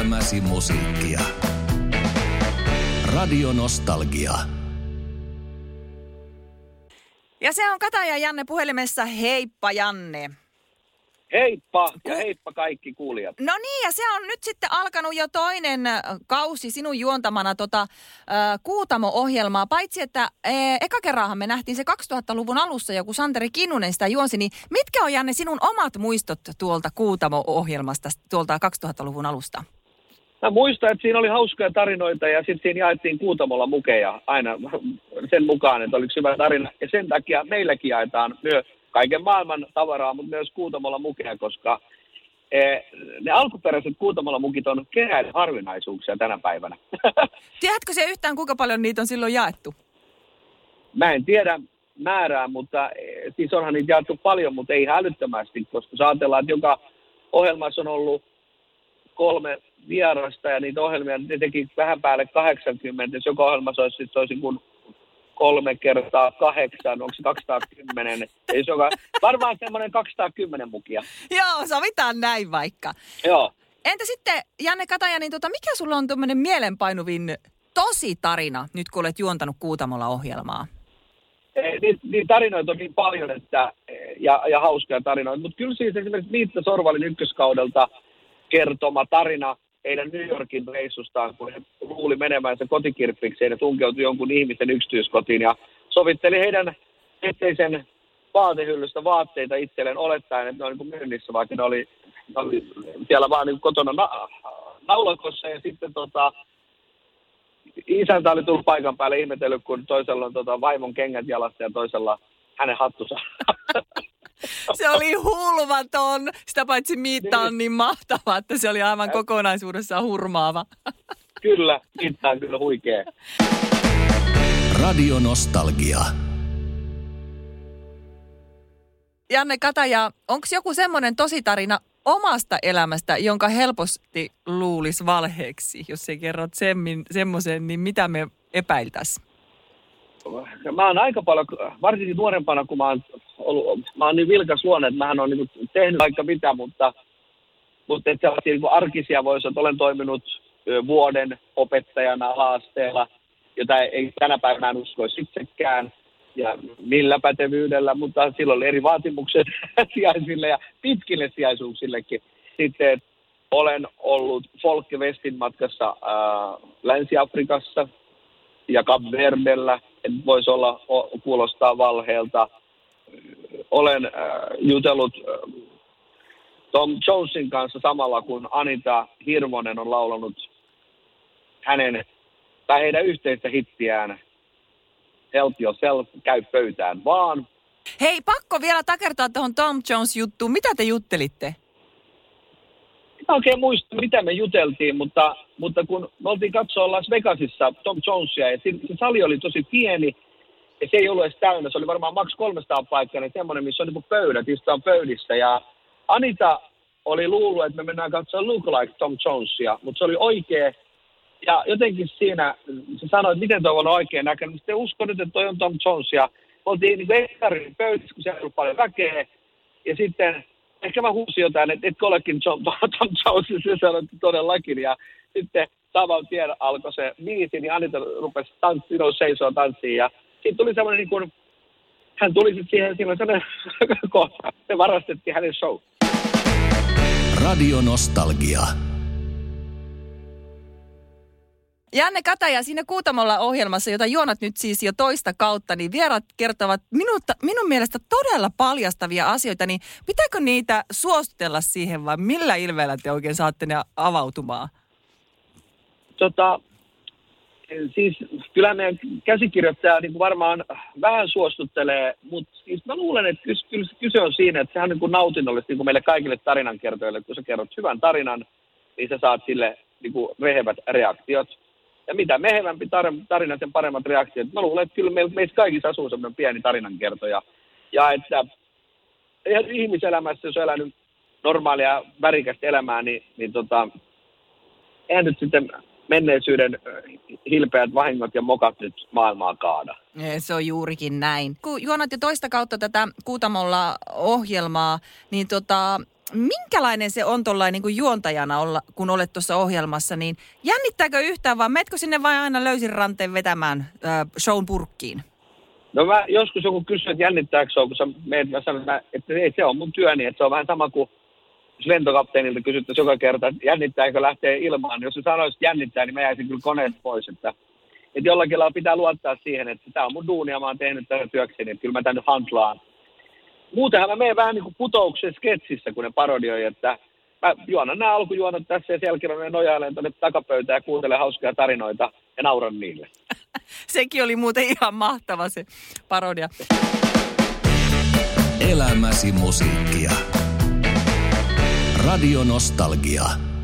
elämäsi musiikkia. Radio Nostalgia. Ja se on Kataja ja Janne puhelimessa. Heippa Janne. Heippa ja heippa kaikki kuulijat. No niin, ja se on nyt sitten alkanut jo toinen kausi sinun juontamana Kuutamo-ohjelmaa. Paitsi, että eka kerranhan me nähtiin se 2000-luvun alussa, joku Santeri Kinnunen sitä juonsi. Niin mitkä on, Janne, sinun omat muistot tuolta Kuutamo-ohjelmasta, tuolta 2000-luvun alusta? Mä muistan, että siinä oli hauskoja tarinoita ja sitten siinä jaettiin Kuutamolla mukeja aina sen mukaan, että oliko hyvä tarina. Ja sen takia meilläkin jaetaan myös kaiken maailman tavaraa, mutta myös Kuutamolla mukeja, koska ne alkuperäiset Kuutamolla mukit on harvinaisuuksia tänä päivänä. Tiedätkö se yhtään, kuinka paljon niitä on silloin jaettu? Mä en tiedä määrää, mutta siis onhan niitä jaettu paljon, mutta ei älyttömästi, koska jos ajatellaan, että joka ohjelmassa on ollut 3 vierasta ja niitä ohjelmia, ne teki vähän päälle 80, jos joka ohjelmassa olisi kuin 3 kertaa 8, onko se 210? Varmaan semmoinen 210 mukia. Joo, sovitaan näin vaikka. Joo. Entä sitten, Janne Kataja, niin mikä sulla on tuommoinen mielenpainuvin tosi tarina, nyt kun olet juontanut Kuutamolla ohjelmaa? Niin tarinoita on niin paljon, ja hauskoja tarinoita, mutta kyllä siis esimerkiksi Miitta Sorvalin ykköskaudelta kertoma tarina heidän New Yorkin reissustaan, kun he luuli menevänsä kotikirppikseen ja tunkeutui jonkun ihmisen yksityiskotiin ja sovitteli heidän etteisen vaatehyllystä vaatteita itselleen olettaen, että ne oli niin myynnissä, vaikka ne oli siellä vaan niin kotona naulakossa ja sitten isäntä oli tullut paikan päälle ihmetellyt, kun toisella on vaimon kengät jalassa ja toisella hänen hattunsa. Se oli hulvaton. Sitä paitsi Miitta on niin mahtava, että se oli aivan kokonaisuudessaan hurmaava. Kyllä, Miitta on kyllä huikea. Radio Nostalgia. Janne Kataja, onko joku semmoinen tositarina omasta elämästä, jonka helposti luulisi valheeksi? Jos ei kerrot semmoisen, niin mitä me epäiltäisiin? Mä oon aika paljon, varsinkin nuorempana, kun mä oon niin vilkas luonne, että mähän oon niin tehnyt aika mitä, mutta että sellaisia niin arkisia voisi, että olen toiminut vuoden opettajana ala-asteella, jota ei tänä päivänä uskoisi itsekään, ja millä pätevyydellä, mutta silloin oli eri vaatimukset sijaisille ja pitkille sijaisuuksillekin. Sitten olen ollut Folke Westin matkassa Länsi-Afrikassa ja Kap-Verdellä, että voisi kuulostaa valheelta. Olen jutellut Tom Jonesin kanssa samalla, kun Anita Hirvonen on laulanut heidän yhteistä hittiään Help Yourself, käy pöytään vaan. Hei, pakko vielä takertaa tuohon Tom Jones-juttuun. Mitä te juttelitte? Mä oikein muista, mitä me juteltiin, mutta kun me oltiin katsoa Las Vegasissa Tom Jonesia, ja se sali oli tosi pieni, ja se ei ollut edes täynnä. Se oli varmaan maks 300 paikkaa, niin semmoinen, missä on niin pöydät, istutaan pöydissä. Ja Anita oli luullut, että me mennään katsoa Lookalike Tom Jonesia, mutta se oli oikea. Ja jotenkin siinä se sanoi, että miten toi on oikein näköinen. Sitten uskon nyt, että toi on Tom Jones. Ja oltiin niin kuin pöydissä, kun siellä oli paljon väkeä. Ja sitten ehkä mä huusin jotain, että etkö olekin Tom Jones, ja se sanoi todellakin. Ja sitten saman tien alkoi se biisi, niin Anita rupesi seisoo tanssiin. Ja siitä tuli semmoinen, niin kuin, hän tuli sitten siihen, siinä oli semmoinen kohta, se varastettiin hänen show. Radio Nostalgia. Janne Kataja, siinä Kuutamolla ohjelmassa, jota juonat nyt siis jo toista kautta, niin vieraat kertovat minun mielestä todella paljastavia asioita, niin pitääkö niitä suostutella siihen vai millä ilveellä te oikein saatte ne avautumaan? Siis kyllä meidän käsikirjoittaja niin kuin varmaan vähän suostuttelee, mutta siis mä luulen, että kyllä kyse on siinä, että sehän on niin kuin nautinnollista niin kuin meille kaikille tarinankertoille, kun sä kerrot hyvän tarinan, niin sä saat sille niin kuin rehevät reaktiot. Ja mitä mehevämpi tarina, sen paremmat reaktiot. Mä luulen, että kyllä meissä kaikissa asuu semmoinen pieni tarinankertoja. Ja että ihmiselämässä, jos on elänyt normaalia värikästä elämää, niin eihän nyt sitten menneisyyden hilpeät vahingot ja mokat nyt maailmaa kaada. Se on juurikin näin. Kun juonat jo toista kautta tätä Kuutamolla ohjelmaa, niin minkälainen se on tuollainen niin kuin juontajana olla, kun olet tuossa ohjelmassa, niin jännittääkö yhtään vaan, meetkö sinne vai aina löysin ranteen vetämään shown purkkiin? No mä joskus joku kysyy, että jännittääkö se on, kun sä meet, mä sanon, että ei, se on mun työni, että se on vähän sama kuin jos lentokapteenilta kysyttäisiin joka kerta, että jännittääkö lähtee ilmaan. Jos se sanoisi, että jännittää, niin mä jäisin kyllä koneesta pois. Että jollakin lailla pitää luottaa siihen, että tämä on mun duuni ja mä oon tehnyt tätä työkseni, että kyllä mä tänne handlaan. Muutenhan mä menen vähän niin kuin putouksen sketsissä, kun ne parodioi, että mä juonan nämä alkujuonot tässä ja selkirjoinen nojailen tuonne takapöytään ja kuuntelen hauskaa tarinoita ja nauran niille. Sekin oli muuten ihan mahtava se parodia. Elämäsi musiikkia. Radio Nostalgia.